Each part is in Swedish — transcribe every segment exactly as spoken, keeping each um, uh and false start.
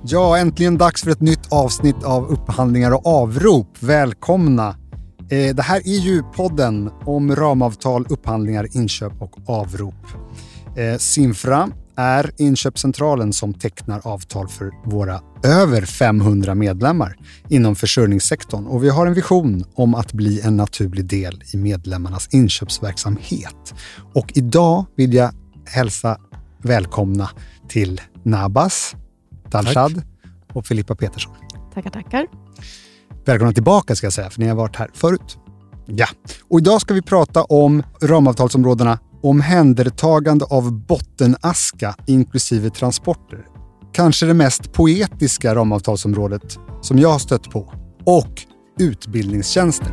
Ja, äntligen dags för ett nytt avsnitt av Upphandlingar och avrop. Välkomna! Eh, det här är ju podden om ramavtal, upphandlingar, inköp och avrop. Eh, Simfra är inköpscentralen som tecknar avtal för våra över femhundra medlemmar inom försörjningssektorn. Och vi har en vision om att bli en naturlig del i medlemmarnas inköpsverksamhet. Och idag vill jag hälsa välkomna till Nabas, Dalshad och Filippa Petersson. Tackar, tackar. Välkomna tillbaka ska jag säga, för ni har varit här förut. Ja, och idag ska vi prata om ramavtalsområdena omhändertagande av bottenaska inklusive transporter. Kanske det mest poetiska ramavtalsområdet som jag har stött på. Och utbildningstjänster.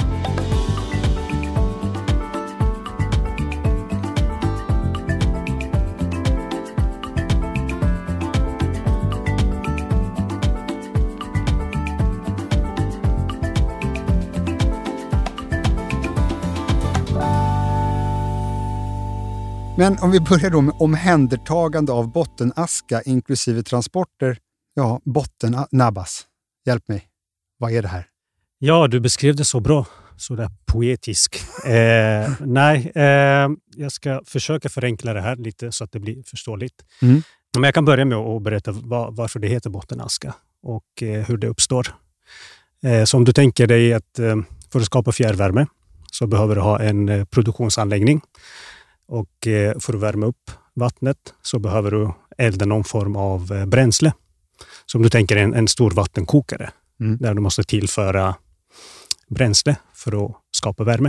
Men om vi börjar då med omhändertagande av bottenaska inklusive transporter. Ja, botten, Nabas. Hjälp mig. Vad är det här? Ja, du beskrev det så bra. Så där poetisk. Eh, nej, eh, jag ska försöka förenkla det här lite så att det blir förståeligt. Mm. Men jag kan börja med att berätta var, varför det heter bottenaska och eh, hur det uppstår. Eh, så om du tänker dig att eh, för att skapa fjärrvärme så behöver du ha en eh, produktionsanläggning. Och för att värma upp vattnet så behöver du elda någon form av bränsle. Som du tänker en, en stor vattenkokare. Mm. Där du måste tillföra bränsle för att skapa värme.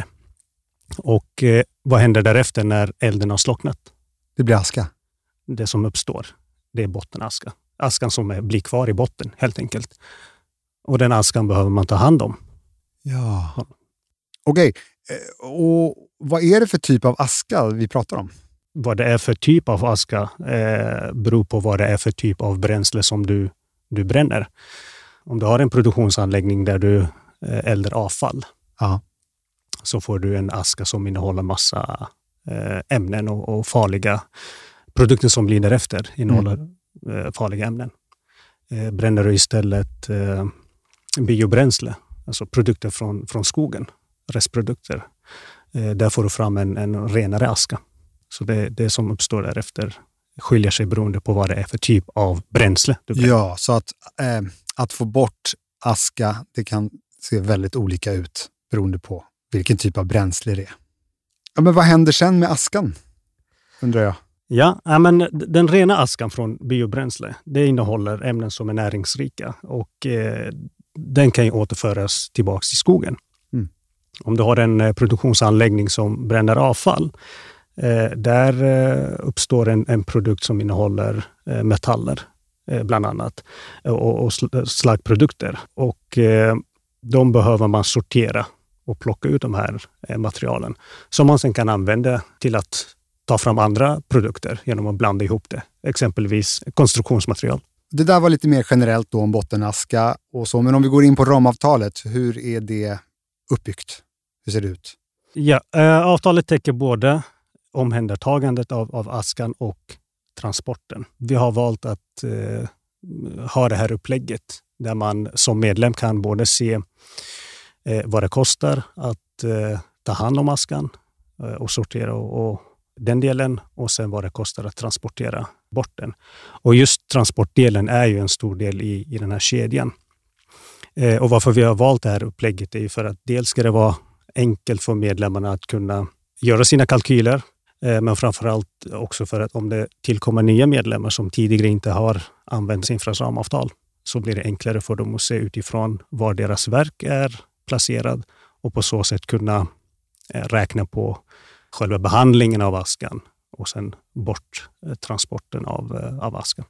Och eh, vad händer därefter när elden har slocknat? Det blir aska. Det som uppstår, det är bottenaska. Askan som är, blir kvar i botten helt enkelt. Och den askan behöver man ta hand om. Ja. ja. Okej, okay. Och vad är det för typ av aska vi pratar om? Vad det är för typ av aska eh, beror på vad det är för typ av bränsle som du, du bränner. Om du har en produktionsanläggning där du eh, eldar avfall. Aha. Så får du en aska som innehåller massa eh, ämnen och, och farliga produkter som blir därefter innehåller mm. eh, farliga ämnen. Eh, bränner du istället eh, biobränsle, alltså produkter från, från skogen, restprodukter. Där får du fram en, en renare aska. Så det, det som uppstår därefter skiljer sig beroende på vad det är för typ av bränsle. Ja, så att, eh, att få bort aska, det kan se väldigt olika ut beroende på vilken typ av bränsle det är. Ja, men vad händer sen med askan, undrar jag? Ja, men den rena askan från biobränsle, det innehåller ämnen som är näringsrika och eh, den kan ju återföras tillbaka till skogen. Om du har en produktionsanläggning som bränner avfall, eh, där eh, uppstår en, en produkt som innehåller eh, metaller eh, bland annat och, och slagprodukter. Och eh, de behöver man sortera och plocka ut de här eh, materialen som man sen kan använda till att ta fram andra produkter genom att blanda ihop det. Exempelvis konstruktionsmaterial. Det där var lite mer generellt då om bottenaska och så, men om vi går in på ramavtalet, hur är det uppbyggt? Hur ser det ut? Ja, äh, avtalet täcker både omhändertagandet av, av askan och transporten. Vi har valt att äh, ha det här upplägget där man som medlem kan både se äh, vad det kostar att äh, ta hand om askan äh, och sortera och, och den delen och sen vad det kostar att transportera bort den. Och just transportdelen är ju en stor del i, i den här kedjan. Äh, och varför vi har valt det här upplägget är ju för att dels ska det vara enkelt för medlemmarna att kunna göra sina kalkyler. Eh, men framförallt också för att om det tillkommer nya medlemmar som tidigare inte har använt sin ramavtal så blir det enklare för dem att se utifrån var deras verk är placerad och på så sätt kunna eh, räkna på själva behandlingen av askan och sen bort eh, transporten av, eh, av askan.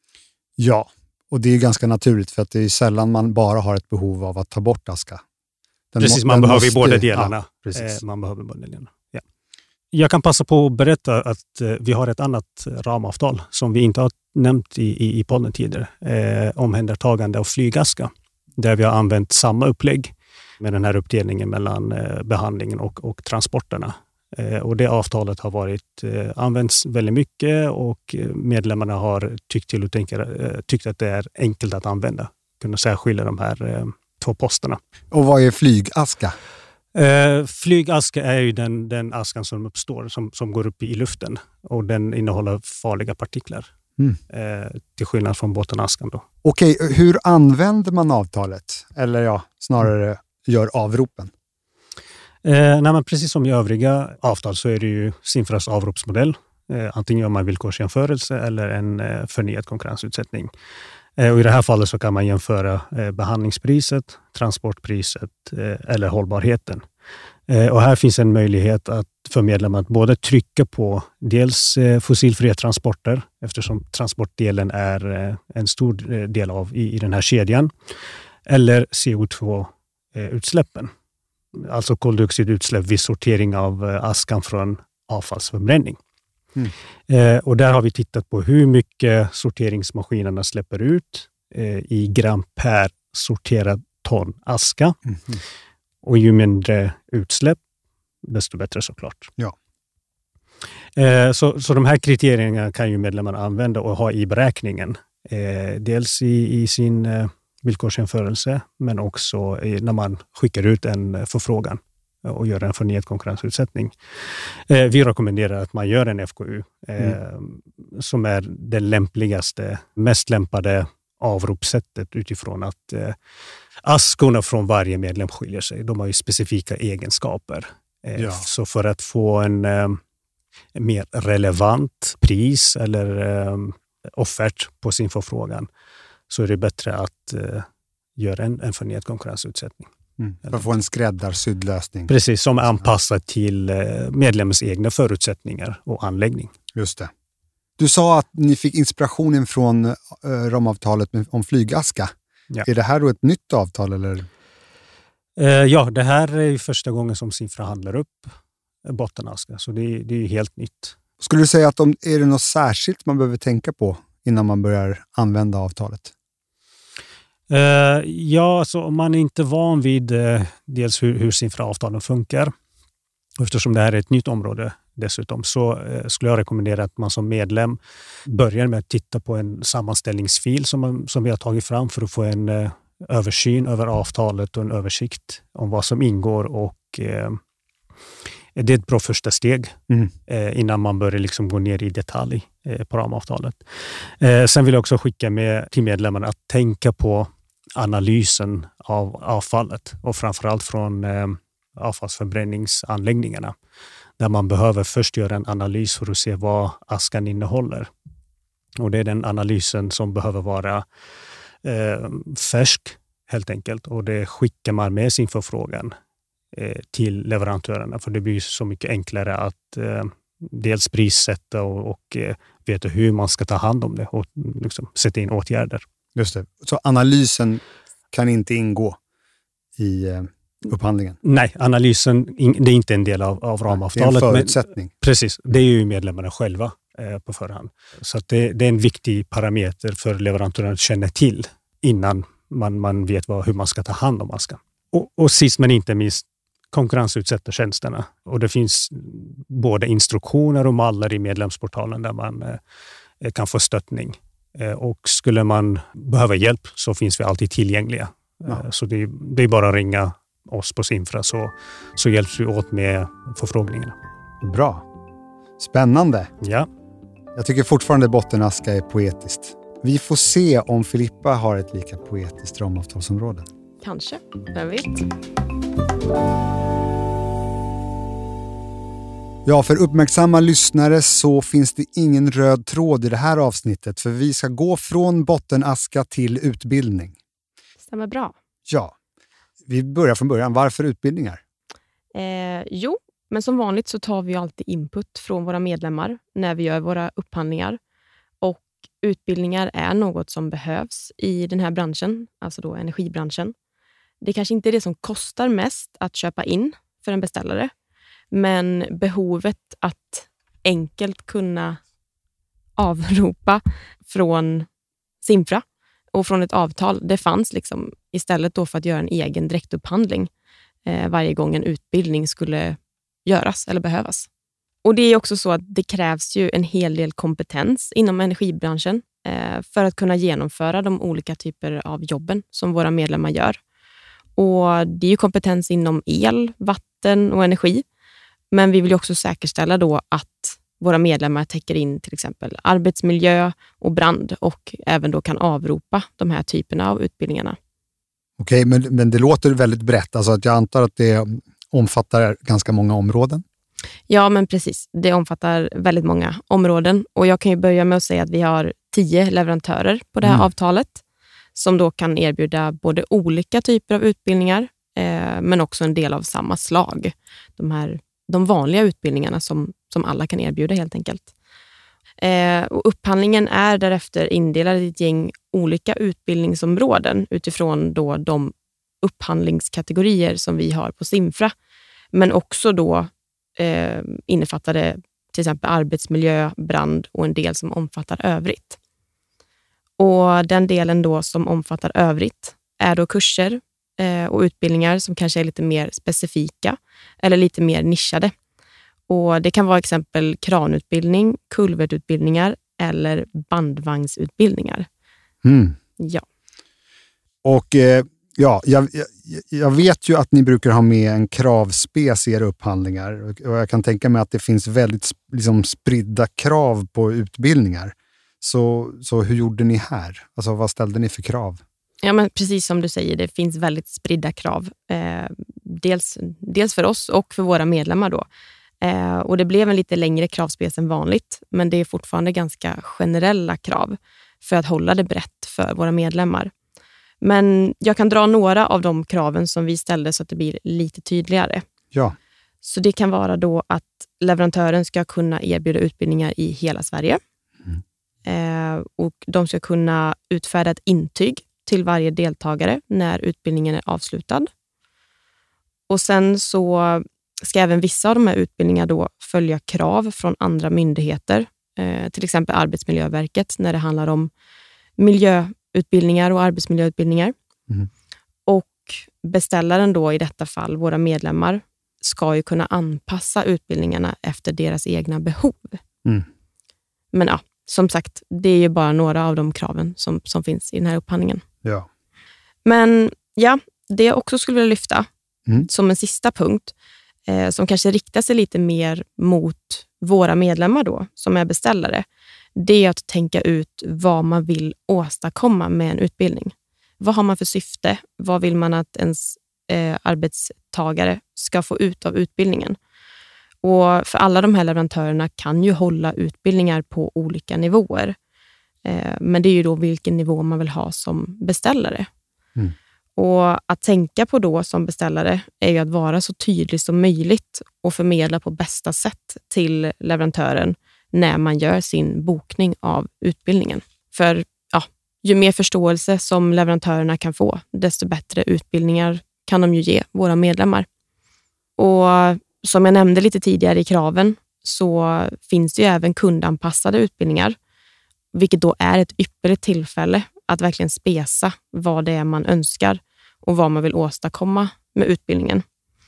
Ja, och det är ganska naturligt för att det är sällan man bara har ett behov av att ta bort aska. Den precis, må, man behöver måste, båda delarna. Ja, precis. Eh, man behöver båda delarna. Ja. Jag kan passa på att berätta att eh, vi har ett annat ramavtal som vi inte har nämnt i, i, i podden tidigare. Eh, omhändertagande av flygaska. Där vi har använt samma upplägg med den här uppdelningen mellan eh, behandlingen och, och transporterna. Eh, och det avtalet har varit eh, använts väldigt mycket och medlemmarna har tyckt till och tänker, eh, tyckt att det är enkelt att använda. Kunna särskilja de här eh, två posterna. Och vad är flygaska? Eh, flygaska är ju den, den askan som uppstår, som, som går upp i luften. Och den innehåller farliga partiklar. Mm. Eh, till skillnad från bottenaskan då. Okej, hur använder man avtalet? Eller ja, snarare gör avropen? Eh, nej, men precis som i övriga avtal så är det ju Simfras avropsmodell. Eh, antingen gör man villkorsjämförelse eller en eh, förnyad konkurrensutsättning. Eh, och i det här fallet så kan man jämföra eh, behandlingspriset, transportpriset eh, eller hållbarheten. Eh, och här finns en möjlighet att för medlemmar att både trycka på dels eh, fossilfria transporter, eftersom transportdelen är eh, en stor eh, del av i, i den här kedjan, eller C O två-utsläppen. Alltså koldioxidutsläpp vid sortering av eh, askan från avfallsförbränning. Mm. Eh, och där har vi tittat på hur mycket sorteringsmaskinerna släpper ut eh, i gram per sorterad ton aska. Mm. Och ju mindre utsläpp, desto bättre såklart. Ja. Eh, så, så de här kriterierna kan ju medlemmarna använda och ha i beräkningen. Eh, dels i, i sin eh, villkorsjämförelse, men också i, när man skickar ut en förfrågan och gör en förnyad konkurrensutsättning. Eh, vi rekommenderar att man gör en F K U eh, mm. som är det lämpligaste, mest lämpade avropssättet utifrån att eh, askorna från varje medlem skiljer sig. De har ju specifika egenskaper. Eh, ja. Så för att få en eh, mer relevant pris eller eh, offert på sin förfrågan så är det bättre att eh, göra en, en förnyad konkurrensutsättning. Mm, för att få en skräddarsydd lösning. Precis, som är anpassad till medlemmens egna förutsättningar och anläggning. Just det. Du sa att ni fick inspirationen från äh, ramavtalet med, om flygaska. Ja. Är det här då ett nytt avtal? Eller? Eh, ja, det här är ju första gången som Simfra handlar upp bottenaska. Så det, det är ju helt nytt. Skulle du säga att de, är det något särskilt man behöver tänka på innan man börjar använda avtalet? Uh, ja, alltså om man är inte van vid uh, dels hur, hur Simfra-avtalen funkar, eftersom det här är ett nytt område dessutom, så uh, skulle jag rekommendera att man som medlem börjar med att titta på en sammanställningsfil som, man, som vi har tagit fram för att få en uh, översyn över avtalet och en översikt om vad som ingår, och uh, det är ett bra första steg mm. uh, innan man börjar liksom gå ner i detalj uh, på ramavtalet. Uh, sen vill jag också skicka med till medlemmarna att tänka på analysen av avfallet, och framförallt från eh, avfallsförbränningsanläggningarna, där man behöver först göra en analys för att se vad askan innehåller. Och det är den analysen som behöver vara eh, färsk helt enkelt, och det skickar man med sin förfrågan eh, till leverantörerna, för det blir så mycket enklare att eh, dels prissätta och, och eh, veta hur man ska ta hand om det och liksom sätta in åtgärder. Just det. Så analysen kan inte ingå i eh, upphandlingen? Nej, analysen in, det är inte en del av, av ramavtalet. Det är en förutsättning. Men, precis, det är ju medlemmarna själva eh, på förhand. Så att det, det är en viktig parameter för leverantören att känna till innan man, man vet vad, hur man ska ta hand om askan. Och, och sist men inte minst, konkurrensutsätta tjänsterna. Och det finns både instruktioner och mallar i medlemsportalen där man eh, kan få stöttning. Och skulle man behöva hjälp så finns vi alltid tillgängliga. Ja. Så det är, det är bara att ringa oss på Simfra, så, så hjälps vi åt med förfrågningarna. Bra. Spännande. Ja. Jag tycker fortfarande bottenaska är poetiskt. Vi får se om Filippa har ett lika poetiskt ramavtalsområde. Kanske, vem vet. Ja, för uppmärksamma lyssnare så finns det ingen röd tråd i det här avsnittet, för vi ska gå från bottenaska till utbildning. Stämmer bra. Ja, vi börjar från början. Varför utbildningar? Eh, jo, men som vanligt så tar vi alltid input från våra medlemmar när vi gör våra upphandlingar. Och utbildningar är något som behövs i den här branschen, alltså då energibranschen. Det kanske inte är det som kostar mest att köpa in för en beställare. Men behovet att enkelt kunna avropa från Simfra och från ett avtal, det fanns liksom istället då för att göra en egen direktupphandling eh, varje gång en utbildning skulle göras eller behövas. Och det är också så att det krävs ju en hel del kompetens inom energibranschen eh, för att kunna genomföra de olika typer av jobben som våra medlemmar gör. Och det är ju kompetens inom el, vatten och energi. Men vi vill ju också säkerställa då att våra medlemmar täcker in till exempel arbetsmiljö och brand och även då kan avropa de här typerna av utbildningarna. Okej, men, men det låter väldigt brett. Alltså att jag antar att det omfattar ganska många områden. Ja, men precis. Det omfattar väldigt många områden. Och jag kan ju börja med att säga att vi har tio leverantörer på det här mm. avtalet som då kan erbjuda både olika typer av utbildningar eh, men också en del av samma slag. De här de vanliga utbildningarna som, som alla kan erbjuda helt enkelt. Eh, och upphandlingen är därefter indelad i ett gäng olika utbildningsområden utifrån då de upphandlingskategorier som vi har på Simfra. Men också då eh, innefattade till exempel arbetsmiljö, brand och en del som omfattar övrigt. Och den delen då som omfattar övrigt är då kurser eh, och utbildningar som kanske är lite mer specifika eller lite mer nischade. Och det kan vara exempel kranutbildning, kulvertutbildningar eller bandvagnsutbildningar. Mm. Ja. Och eh, ja, jag, jag, jag vet ju att ni brukar ha med en kravspec i era upphandlingar. Och jag kan tänka mig att det finns väldigt liksom, spridda krav på utbildningar. Så, så hur gjorde ni här? Alltså vad ställde ni för krav? Ja, men precis som du säger, det finns väldigt spridda krav. Eh, dels, dels för oss och för våra medlemmar då. Eh, och det blev en lite längre kravspec än vanligt, men det är fortfarande ganska generella krav för att hålla det brett för våra medlemmar. Men jag kan dra några av de kraven som vi ställde så att det blir lite tydligare. Ja. Så det kan vara då att leverantören ska kunna erbjuda utbildningar i hela Sverige. Mm. Eh, och de ska kunna utfärda ett intyg till varje deltagare när utbildningen är avslutad. Och sen så ska även vissa av de här utbildningarna då följa krav från andra myndigheter. Eh, till exempel Arbetsmiljöverket när det handlar om miljöutbildningar och arbetsmiljöutbildningar. Mm. Och beställaren då i detta fall, våra medlemmar, ska ju kunna anpassa utbildningarna efter deras egna behov. Mm. Men ja, som sagt, det är ju bara några av de kraven som, som finns i den här upphandlingen. Ja. Men ja, det jag också skulle vilja lyfta mm. som en sista punkt eh, som kanske riktar sig lite mer mot våra medlemmar då, som är beställare, det är att tänka ut vad man vill åstadkomma med en utbildning. Vad har man för syfte? Vad vill man att ens eh, arbetstagare ska få ut av utbildningen? Och för alla de här leverantörerna kan ju hålla utbildningar på olika nivåer. Eh, men det är ju då vilken nivå man vill ha som beställare. Mm. Och att tänka på då som beställare är ju att vara så tydlig som möjligt och förmedla på bästa sätt till leverantören när man gör sin bokning av utbildningen. För ja, ju mer förståelse som leverantörerna kan få, desto bättre utbildningar kan de ju ge våra medlemmar. Och som jag nämnde lite tidigare i kraven så finns det ju även kundanpassade utbildningar, vilket då är ett ypperligt tillfälle att verkligen spesa vad det är man önskar och vad man vill åstadkomma med utbildningen.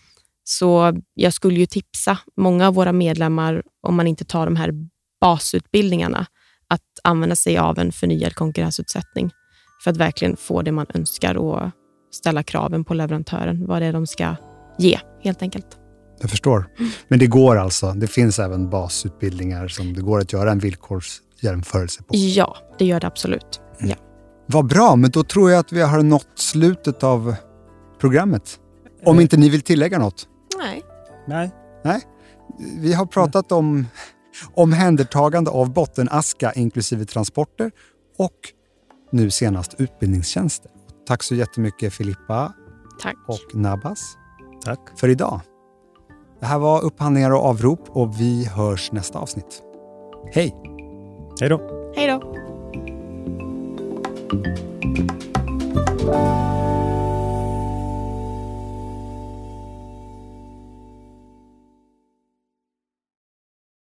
Så jag skulle ju tipsa många av våra medlemmar, om man inte tar de här basutbildningarna, att använda sig av en förnyad konkurrensutsättning för att verkligen få det man önskar och ställa kraven på leverantören, vad det är de ska ge helt enkelt. Jag förstår. Men det går alltså, det finns även basutbildningar som det går att göra en villkorsjämförelse på. Ja, det gör det absolut. Mm. Ja. Vad bra, men då tror jag att vi har nått slutet av programmet. Om inte ni vill tillägga något. Nej. Nej. Nej. Vi har pratat om omhändertagande av bottenaska inklusive transporter och nu senast utbildningstjänster. Tack så jättemycket Filippa. Tack. Och Nabas. Tack. För idag. Det här var upphandlingar och avrop och vi hörs nästa avsnitt. Hej! Hej då! Hej då!